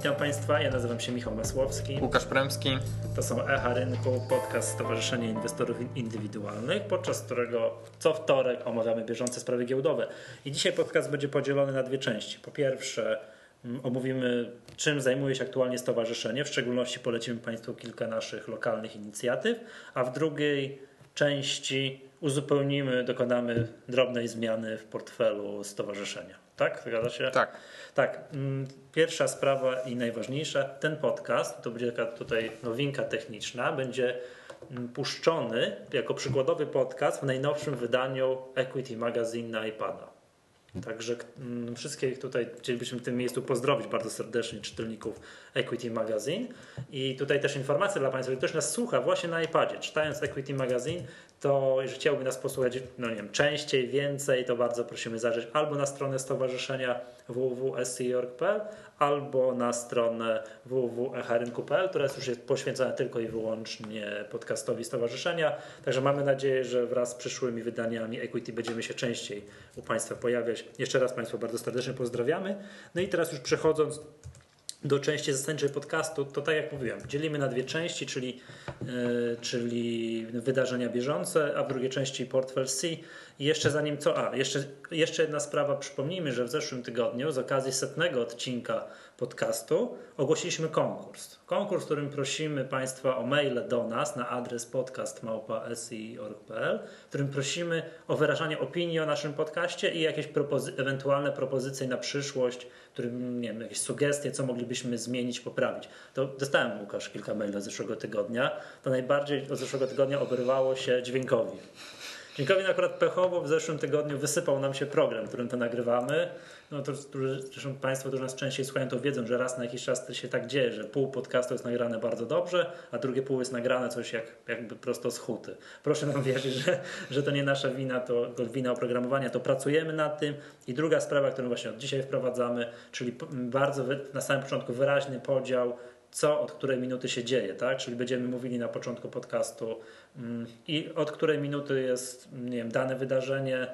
Witam Państwa, ja nazywam się Michał Masłowski. Łukasz Premski. To są Echa Rynku, podcast Stowarzyszenia Inwestorów Indywidualnych, podczas którego co wtorek omawiamy bieżące sprawy giełdowe. I dzisiaj podcast będzie podzielony na dwie części. Po pierwsze omówimy, czym zajmuje się aktualnie stowarzyszenie, w szczególności polecimy Państwu kilka naszych lokalnych inicjatyw, a w drugiej części dokonamy drobnej zmiany w portfelu stowarzyszenia. Tak? Zgadza się? Tak. Tak. Pierwsza sprawa i najważniejsza, ten podcast, to będzie taka tutaj nowinka techniczna, będzie puszczony jako przykładowy podcast w najnowszym wydaniu Equity Magazine na iPada. Także wszystkich tutaj chcielibyśmy w tym miejscu pozdrowić bardzo serdecznie czytelników Equity Magazine i tutaj też informacja dla Państwa, jeżeli ktoś nas słucha właśnie na iPadzie, czytając Equity Magazine, to jeżeli chciałby nas posłuchać częściej, więcej, to bardzo prosimy zajrzeć albo na stronę stowarzyszenia www.sc.org.pl albo na stronę www.echarynku.pl, która już jest poświęcona tylko i wyłącznie podcastowi stowarzyszenia. Także mamy nadzieję, że wraz z przyszłymi wydaniami Equity będziemy się częściej u Państwa pojawiać. Jeszcze raz Państwa bardzo serdecznie pozdrawiamy. No i teraz już przechodząc do części zasadniczej podcastu, to tak jak mówiłem, dzielimy na dwie części, czyli wydarzenia bieżące, a w drugiej części portfel C. I jeszcze zanim jeszcze jedna sprawa, przypomnijmy, że w zeszłym tygodniu z okazji 100. odcinka podcastu ogłosiliśmy konkurs. Konkurs, w którym prosimy Państwa o maile do nas na adres podcast@si.org.pl, w którym prosimy o wyrażanie opinii o naszym podcaście i jakieś ewentualne propozycje na przyszłość, jakieś sugestie, co moglibyśmy zmienić, poprawić. To dostałem, Łukasz, kilka maili od zeszłego tygodnia. To najbardziej od zeszłego tygodnia oberwało się Dźwiękowi. Dźwiękowi akurat pechowo w zeszłym tygodniu wysypał nam się program, którym to nagrywamy. No to zresztą Państwo, którzy nas częściej słuchają, to wiedzą, że raz na jakiś czas to się tak dzieje, że pół podcastu jest nagrane bardzo dobrze, a drugie pół jest nagrane coś jakby prosto z huty. Proszę nam wierzyć, że to nie nasza wina, to wina oprogramowania, to pracujemy nad tym. I druga sprawa, którą właśnie od dzisiaj wprowadzamy, czyli bardzo na samym początku wyraźny podział, co od której minuty się dzieje, tak? Czyli będziemy mówili na początku podcastu i od której minuty jest, dane wydarzenie,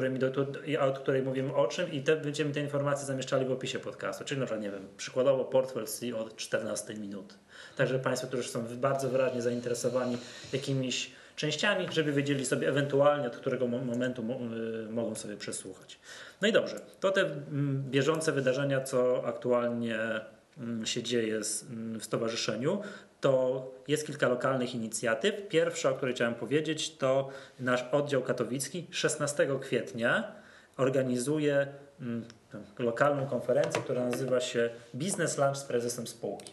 od której mówimy o czym i będziemy te informacje zamieszczali w opisie podcastu, czyli na przykład, przykładowo portfel C od 14 minuty. Także Państwo, którzy są bardzo wyraźnie zainteresowani jakimiś częściami, żeby wiedzieli sobie ewentualnie, od którego momentu mogą sobie przesłuchać. No i dobrze, to te bieżące wydarzenia, co aktualnie się dzieje w stowarzyszeniu, to jest kilka lokalnych inicjatyw. Pierwsza, o której chciałem powiedzieć, to nasz oddział katowicki 16 kwietnia organizuje lokalną konferencję, która nazywa się Business Lunch z prezesem spółki.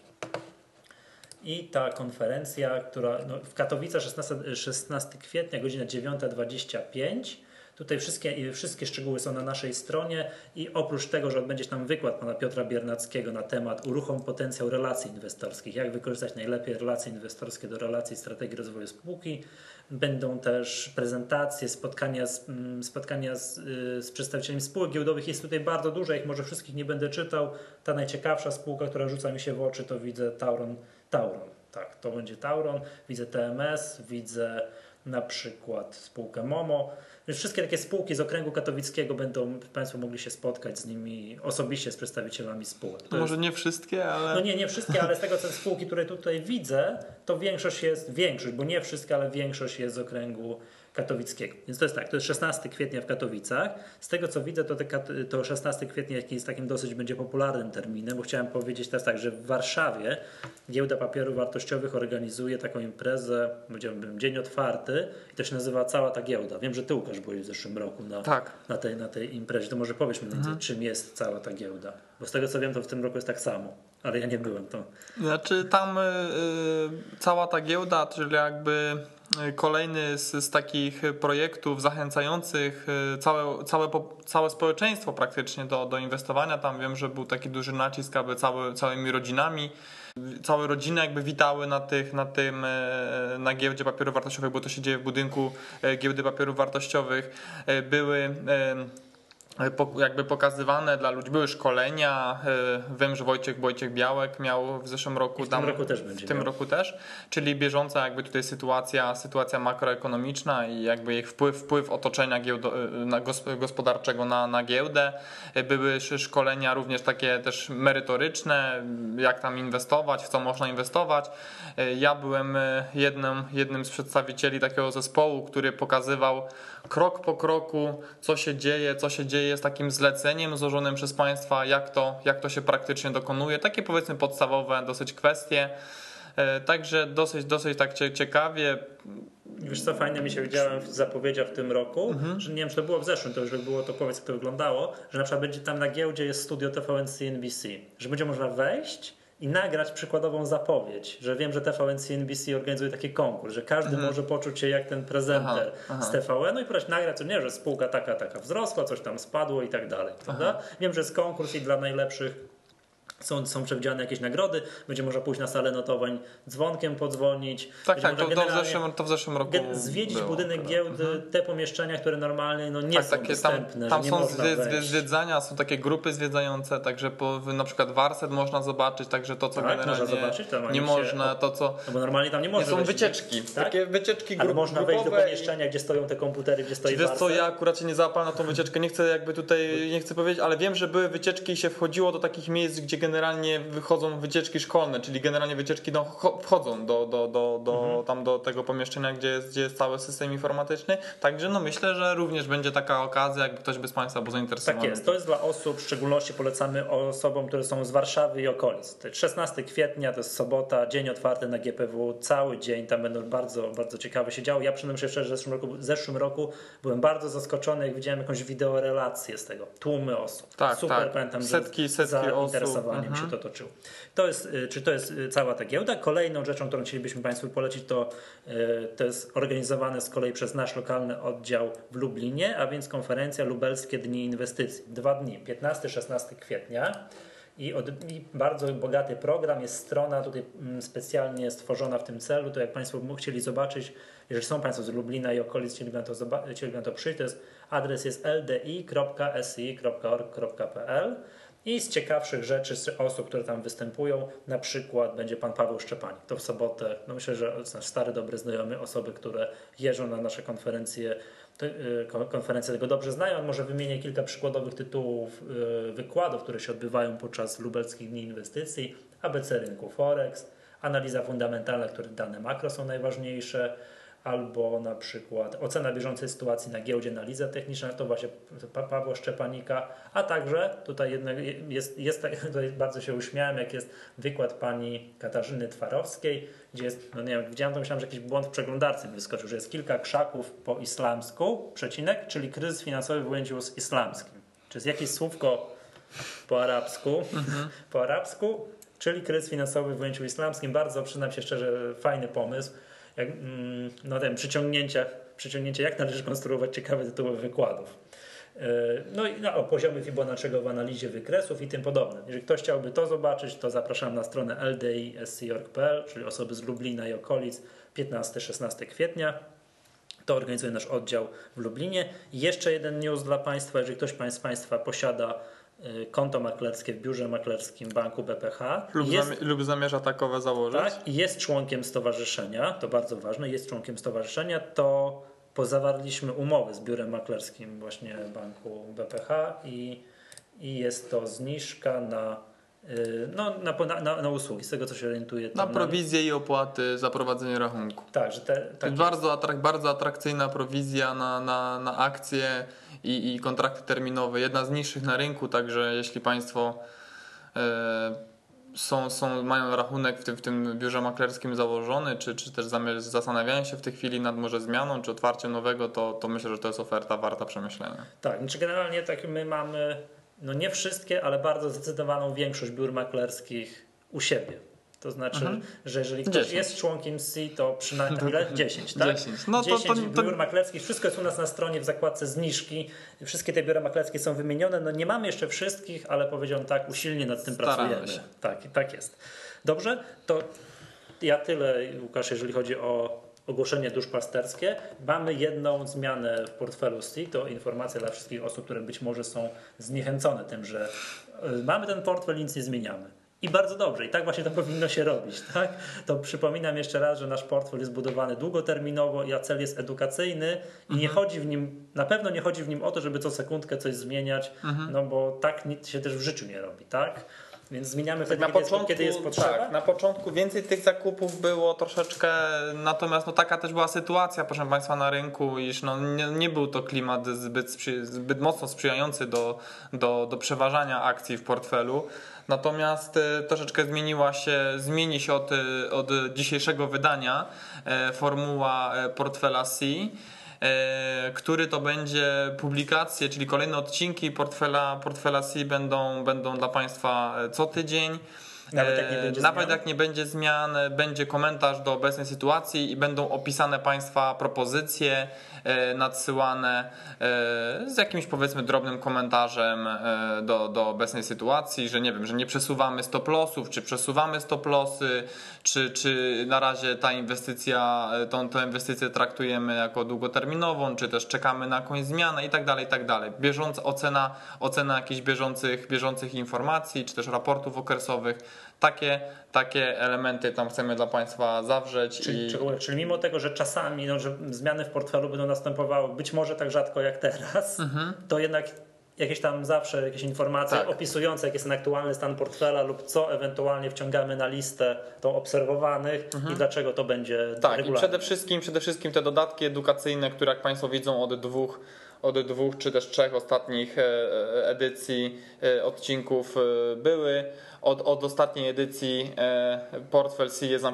I ta konferencja, która w Katowicach 16 kwietnia, godzina 9:25. Tutaj wszystkie szczegóły są na naszej stronie i oprócz tego, że odbędzie się tam wykład pana Piotra Biernackiego na temat uruchom potencjał relacji inwestorskich, jak wykorzystać najlepiej relacje inwestorskie do relacji strategii rozwoju spółki. Będą też prezentacje, spotkania z przedstawicielami spółek giełdowych. Jest tutaj bardzo dużo, ich może wszystkich nie będę czytał. Ta najciekawsza spółka, która rzuca mi się w oczy, to widzę Tauron. Tak, to będzie Tauron. Widzę TMS, widzę na przykład spółkę Momo. Więc wszystkie takie spółki z okręgu katowickiego będą Państwo mogli się spotkać z nimi osobiście, z przedstawicielami spółek. Może nie wszystkie, ale... Nie wszystkie, ale z tego co spółki, które tutaj widzę, to większość, bo nie wszystkie, ale większość jest z okręgu katowickiego. Więc to jest tak, to jest 16 kwietnia w Katowicach. Z tego co widzę, to 16 kwietnia jest takim dosyć będzie popularnym terminem, bo chciałem powiedzieć teraz tak, że w Warszawie Giełda Papierów Wartościowych organizuje taką imprezę, powiedziałbym dzień otwarty i to się nazywa Cała ta Giełda. Wiem, że Ty, Łukasz, byłeś w zeszłym roku na tej imprezie. To może powiedz mi czym jest Cała ta Giełda. Bo z tego co wiem, to w tym roku jest tak samo, ale ja nie byłem to. Znaczy tam Cała ta Giełda, czyli jakby kolejny z takich projektów zachęcających całe społeczeństwo praktycznie do inwestowania. Tam wiem, że był taki duży nacisk, aby całymi rodzinami, całe rodziny jakby witały na Giełdzie Papierów Wartościowych, bo to się dzieje w budynku Giełdy Papierów Wartościowych. Były jakby pokazywane dla ludzi. Były szkolenia. Wiem, że Wojciech Białek miał w zeszłym roku. W tym roku też będzie. W tym roku też, czyli bieżąca jakby tutaj sytuacja makroekonomiczna i jakby ich wpływ otoczenia gospodarczego na giełdę. Były szkolenia również takie też merytoryczne, jak tam inwestować, w co można inwestować. Ja byłem jednym z przedstawicieli takiego zespołu, który pokazywał krok po kroku, co się dzieje z takim zleceniem złożonym przez państwa, jak to się praktycznie dokonuje. Takie powiedzmy podstawowe dosyć kwestie. Także dosyć tak ciekawie. Wiesz co, fajnie mi się widziałem w zapowiedziach w tym roku, że nie wiem, czy to było w zeszłym, to już było, to powiedz, jak to wyglądało, że na przykład będzie tam na giełdzie jest studio TVN-CNBC, że będzie można wejść i nagrać przykładową zapowiedź, że wiem, że TVN-CNBC organizuje taki konkurs, że każdy może poczuć się jak ten prezenter z TVN-u i próbować nagrać, to nie, że spółka taka wzrosła, coś tam spadło i tak dalej, prawda? Wiem, że jest konkurs i dla najlepszych są przewidziane jakieś nagrody, będzie można pójść na salę notowań, dzwonkiem podzwonić. Tak, to w zeszłym roku zwiedzić było, budynek giełdy, te pomieszczenia, które normalnie nie są dostępne. Tam są zwiedzania, są takie grupy zwiedzające, także na przykład warsztat można zobaczyć, także to co generalnie można zobaczyć, nie można, to co... No bo normalnie tam nie można są wejść, wycieczki, tak? takie wycieczki grupowe. Ale można wejść do pomieszczenia, gdzie stoją te komputery, gdzie stoi warsztat. Wiesz co, ja akurat się nie załapałem na tą wycieczkę, nie chcę powiedzieć, ale wiem, że były wycieczki i się wchodziło do takich miejsc, gdzie generalnie wychodzą wycieczki szkolne, czyli generalnie wycieczki wchodzą do tego pomieszczenia, gdzie jest cały system informatyczny. Także myślę, że również będzie taka okazja, jakby ktoś by z Państwa był zainteresowany. Tak jest, to jest dla osób, w szczególności polecamy osobom, które są z Warszawy i okolic. 16 kwietnia to jest sobota, dzień otwarty na GPW, cały dzień, tam będą bardzo, bardzo ciekawe się działo. Ja przyznam się szczerze, że w zeszłym roku byłem bardzo zaskoczony, jak widziałem jakąś wideorelację z tego, tłumy osób. Tak, super, pamiętam, setki zainteresowaniem osób. się to toczyło. To jest cała ta giełda. Kolejną rzeczą, którą chcielibyśmy Państwu polecić, to jest organizowane z kolei przez nasz lokalny oddział w Lublinie, a więc konferencja Lubelskie Dni Inwestycji. 2 dni, 15-16 kwietnia. I bardzo bogaty program, jest strona tutaj specjalnie stworzona w tym celu, to jak Państwo chcieli zobaczyć, jeżeli są Państwo z Lublina i okolic, chcieliby na to przyjść, to jest adres jest ldi.si.org.pl i z ciekawszych rzeczy, z osób, które tam występują, na przykład będzie Pan Paweł Szczepanik, to w sobotę, myślę, że nasz stary, dobry znajomy, osoby, które jeżdżą na nasze konferencje tego dobrze znają. Może wymienię kilka przykładowych tytułów wykładów, które się odbywają podczas Lubelskich Dni Inwestycji, ABC rynku Forex, analiza fundamentalna, które dane makro są najważniejsze, albo na przykład ocena bieżącej sytuacji na giełdzie, analiza techniczna, to właśnie Pawła Szczepanika, a także tutaj tutaj bardzo się uśmiałem, jak jest wykład pani Katarzyny Twarowskiej, gdzie jest, nie wiem, widziałem to, myślałem, że jakiś błąd w przeglądarce mi wyskoczył, że jest kilka krzaków po islamsku, przecinek, czyli kryzys finansowy w ujęciu islamskim. Czy jest jakieś słówko po arabsku, czyli kryzys finansowy w ujęciu islamskim. Bardzo, przyznam się szczerze, fajny pomysł. Przyciągnięcie, jak należy konstruować ciekawe tytuły wykładów. O poziomie Fibonacciego w analizie wykresów i tym podobne. Jeżeli ktoś chciałby to zobaczyć, to zapraszam na stronę ldi.si.org.pl, czyli osoby z Lublina i okolic, 15-16 kwietnia. To organizuje nasz oddział w Lublinie. I jeszcze jeden news dla Państwa, jeżeli ktoś z Państwa posiada konto maklerskie w biurze maklerskim banku BPH lub zamierza takowe założyć. Tak, i jest członkiem stowarzyszenia, to bardzo ważne, jest członkiem stowarzyszenia, to pozawarliśmy umowy z biurem maklerskim właśnie banku BPH i jest to zniżka na usługi, z tego co się orientuję. Na prowizję i opłaty za prowadzenie rachunku. Tak, że bardzo atrakcyjna prowizja na akcje i kontrakty terminowe. Jedna z niższych na rynku, także jeśli Państwo mają rachunek w tym biurze maklerskim założony, czy też zastanawiają się w tej chwili nad może zmianą, czy otwarciem nowego, to myślę, że to jest oferta warta przemyślenia. Tak, znaczy generalnie tak my mamy, nie wszystkie, ale bardzo zdecydowaną większość biur maklerskich u siebie. To znaczy, że jeżeli ktoś jest członkiem SI, to przynajmniej ile? 10, tak? 10 biur maklerskich, wszystko jest u nas na stronie w zakładce zniżki. Wszystkie te biura maklerskie są wymienione. Nie mamy jeszcze wszystkich, ale powiedziałem tak, usilnie nad tym pracujemy. Tak jest. Dobrze, to ja tyle, Łukasz, jeżeli chodzi o ogłoszenie duszpasterskie. Mamy jedną zmianę w portfelu STIG, to informacja dla wszystkich osób, które być może są zniechęcone tym, że mamy ten portfel i nic nie zmieniamy. I bardzo dobrze, i tak właśnie to powinno się robić. Tak? To przypominam jeszcze raz, że nasz portfel jest budowany długoterminowo, a cel jest edukacyjny i nie chodzi w nim, na pewno nie chodzi w nim o to, żeby co sekundkę coś zmieniać, no bo tak nic się też w życiu nie robi. Tak? Więc zmieniamy wtedy, kiedy jest potrzeba. Tak, na początku więcej tych zakupów było troszeczkę, natomiast taka też była sytuacja, proszę Państwa, na rynku, iż nie był to klimat zbyt mocno sprzyjający do przeważania akcji w portfelu. Natomiast troszeczkę zmieni się od dzisiejszego wydania formuła portfela C, który to będzie publikacje, czyli kolejne odcinki portfela C będą dla Państwa co tydzień. Nawet jak nie będzie zmian, będzie komentarz do obecnej sytuacji i będą opisane Państwa propozycje nadsyłane z jakimś, powiedzmy, drobnym komentarzem do obecnej sytuacji, że nie wiem, że nie przesuwamy stop lossów, czy przesuwamy stop lossy, czy na razie tą inwestycję traktujemy jako długoterminową, czy też czekamy na jakąś zmianę i tak dalej, i tak dalej. Bieżąca ocena jakichś bieżących informacji, czy też raportów okresowych. Takie elementy tam chcemy dla Państwa zawrzeć. Czyli mimo tego, że czasami że zmiany w portfelu będą następowały być może tak rzadko jak teraz, to jednak jakieś tam zawsze jakieś informacje opisujące, jaki jest ten aktualny stan portfela lub co ewentualnie wciągamy na listę tą obserwowanych i dlaczego to będzie regularnie. I przede wszystkim te dodatki edukacyjne, które jak Państwo widzą od dwóch czy też trzech ostatnich edycji odcinków były. Od ostatniej edycji portfel C jest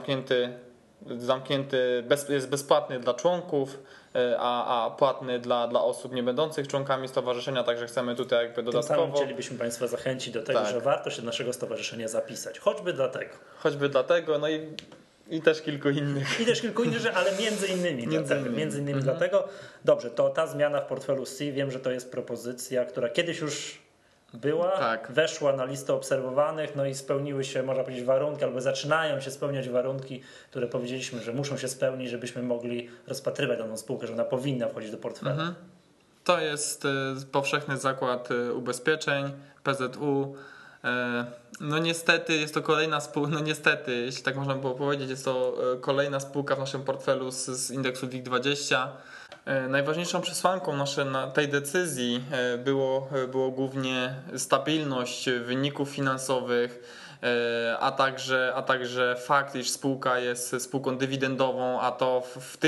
zamknięty, jest bezpłatny dla członków, a płatny dla osób nie będących członkami stowarzyszenia, także chcemy tutaj jakby dodatkowo. Tym samym chcielibyśmy Państwa zachęcić do tego, że warto się do naszego stowarzyszenia zapisać, choćby dlatego, no i też kilku innych. Ale między innymi dlatego. Dobrze, to ta zmiana w portfelu C, wiem, że to jest propozycja, która kiedyś już była, weszła na listę obserwowanych, no i spełniły się, można powiedzieć, warunki, albo zaczynają się spełniać warunki, które powiedzieliśmy, że muszą się spełnić, żebyśmy mogli rozpatrywać daną spółkę, że ona powinna wchodzić do portfela. To jest Powszechny Zakład Ubezpieczeń, PZU. No niestety jest to kolejna spółka, jeśli tak można było powiedzieć, jest to kolejna spółka w naszym portfelu z indeksu WIG20. Najważniejszą przesłanką tej decyzji było głównie stabilność wyników finansowych, a także fakt, iż spółka jest spółką dywidendową, a to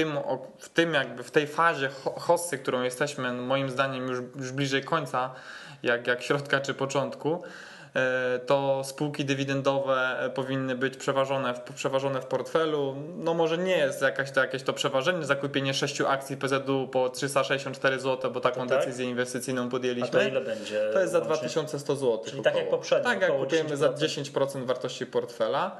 w tej fazie hossy, którą jesteśmy, moim zdaniem już bliżej końca, jak środka czy początku, to spółki dywidendowe powinny być przeważone w portfelu. No może nie jest jakieś to przeważenie, zakupienie 6 akcji PZU po 364 zł, bo taką decyzję inwestycyjną podjęliśmy. A to ile będzie? To jest za 2100 zł. Czyli tak jak poprzednio. Tak jak kupujemy za 10% wartości portfela.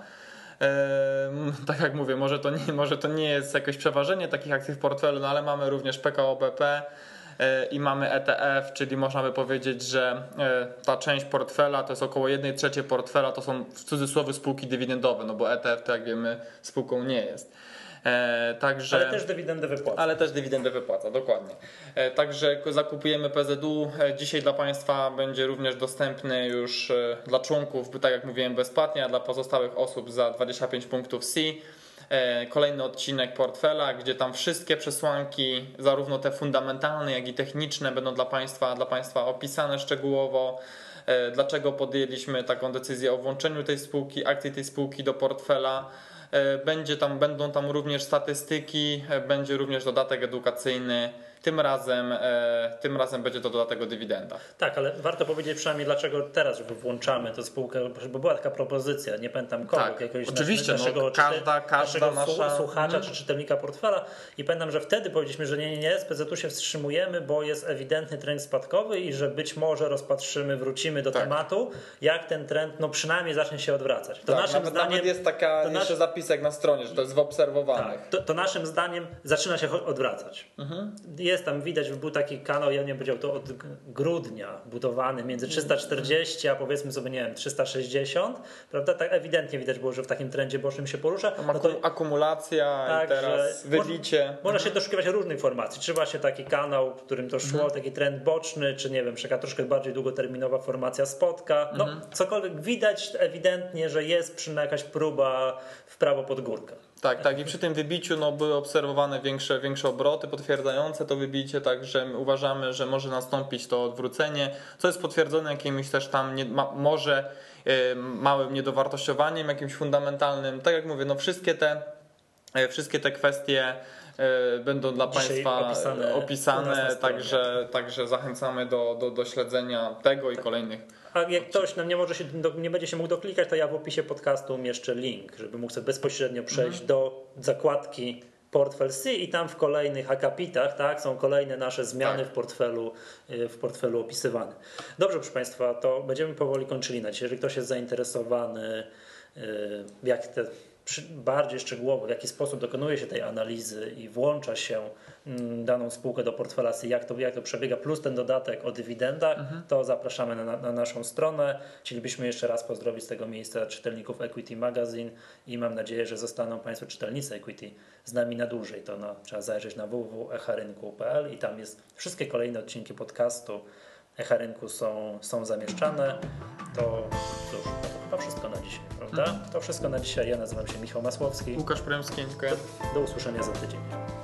Tak jak mówię, może to nie jest jakieś przeważenie takich akcji w portfelu, no ale mamy również PKO BP i mamy ETF, czyli można by powiedzieć, że ta część portfela to jest około 1/3 portfela, to są w cudzysłowie spółki dywidendowe, no bo ETF, to jak wiemy, spółką nie jest. Także, ale też dywidendę wypłaca, dokładnie. Także zakupujemy PZU. Dzisiaj dla Państwa będzie również dostępny już dla członków, tak jak mówiłem, bezpłatnie, a dla pozostałych osób za 25 punktów C. Kolejny odcinek portfela, gdzie tam wszystkie przesłanki, zarówno te fundamentalne, jak i techniczne, będą dla Państwa opisane szczegółowo. Dlaczego podjęliśmy taką decyzję o włączeniu tej spółki, akcji tej spółki do portfela. Będą tam również statystyki, będzie również dodatek edukacyjny. Tym razem będzie to dodatek o dywidendach. Tak, ale warto powiedzieć przynajmniej dlaczego teraz włączamy tę spółkę, bo była taka propozycja, nie pamiętam kogo, jakiegoś oczywiście, naszego nasza słuchacza czy czytelnika portfela i pamiętam, że wtedy powiedzieliśmy, że nie, z PZU się wstrzymujemy, bo jest ewidentny trend spadkowy i że być może wrócimy do tematu, jak ten trend przynajmniej zacznie się odwracać. To naszym zdaniem nawet jest taka jeszcze zapisek na stronie, że to jest w obserwowanych. To naszym zdaniem zaczyna się odwracać. jest tam widać, był taki kanał, ja nie powiedział, to od grudnia budowany między 340 a powiedzmy sobie, nie wiem, 360, prawda? Tak ewidentnie widać było, że w takim trendzie bocznym się porusza. No to akumulacja tak, i teraz wybicie. Można się doszukiwać różnych informacji. Czy właśnie taki kanał, w którym to szło, taki trend boczny, czy nie wiem, taka troszkę bardziej długoterminowa formacja spotka. No, cokolwiek widać ewidentnie, że jest jakaś próba w prawo pod górkę. Tak. I przy tym wybiciu były obserwowane większe obroty potwierdzające to wybicie, także uważamy, że może nastąpić to odwrócenie, co jest potwierdzone jakimś też tam może małym niedowartościowaniem, jakimś fundamentalnym. Tak jak mówię, wszystkie te kwestie będą dla dzisiaj Państwa opisane, także zachęcamy do śledzenia tego i kolejnych. A jak ktoś nie będzie się mógł doklikać, to ja w opisie podcastu umieszczę link, żeby mógł sobie bezpośrednio przejść do zakładki Portfel C i tam w kolejnych akapitach, tak, są kolejne nasze zmiany w portfelu opisywane. Dobrze, proszę Państwa, to będziemy powoli kończyli na dzisiaj. Jeżeli ktoś jest zainteresowany, bardziej szczegółowo, w jaki sposób dokonuje się tej analizy i włącza się daną spółkę do portfela, jak to przebiega, plus ten dodatek o dywidendach, to zapraszamy na naszą stronę. Chcielibyśmy jeszcze raz pozdrowić z tego miejsca czytelników Equity Magazine i mam nadzieję, że zostaną Państwo czytelnicy Equity z nami na dłużej. Trzeba zajrzeć na www.echarynku.pl i tam jest wszystkie kolejne odcinki podcastu Echa Rynku są zamieszczane. To cóż, to wszystko na dzisiaj, prawda? To wszystko na dzisiaj. Ja nazywam się Michał Masłowski. Łukasz Premski, dziękuję. Do usłyszenia za tydzień.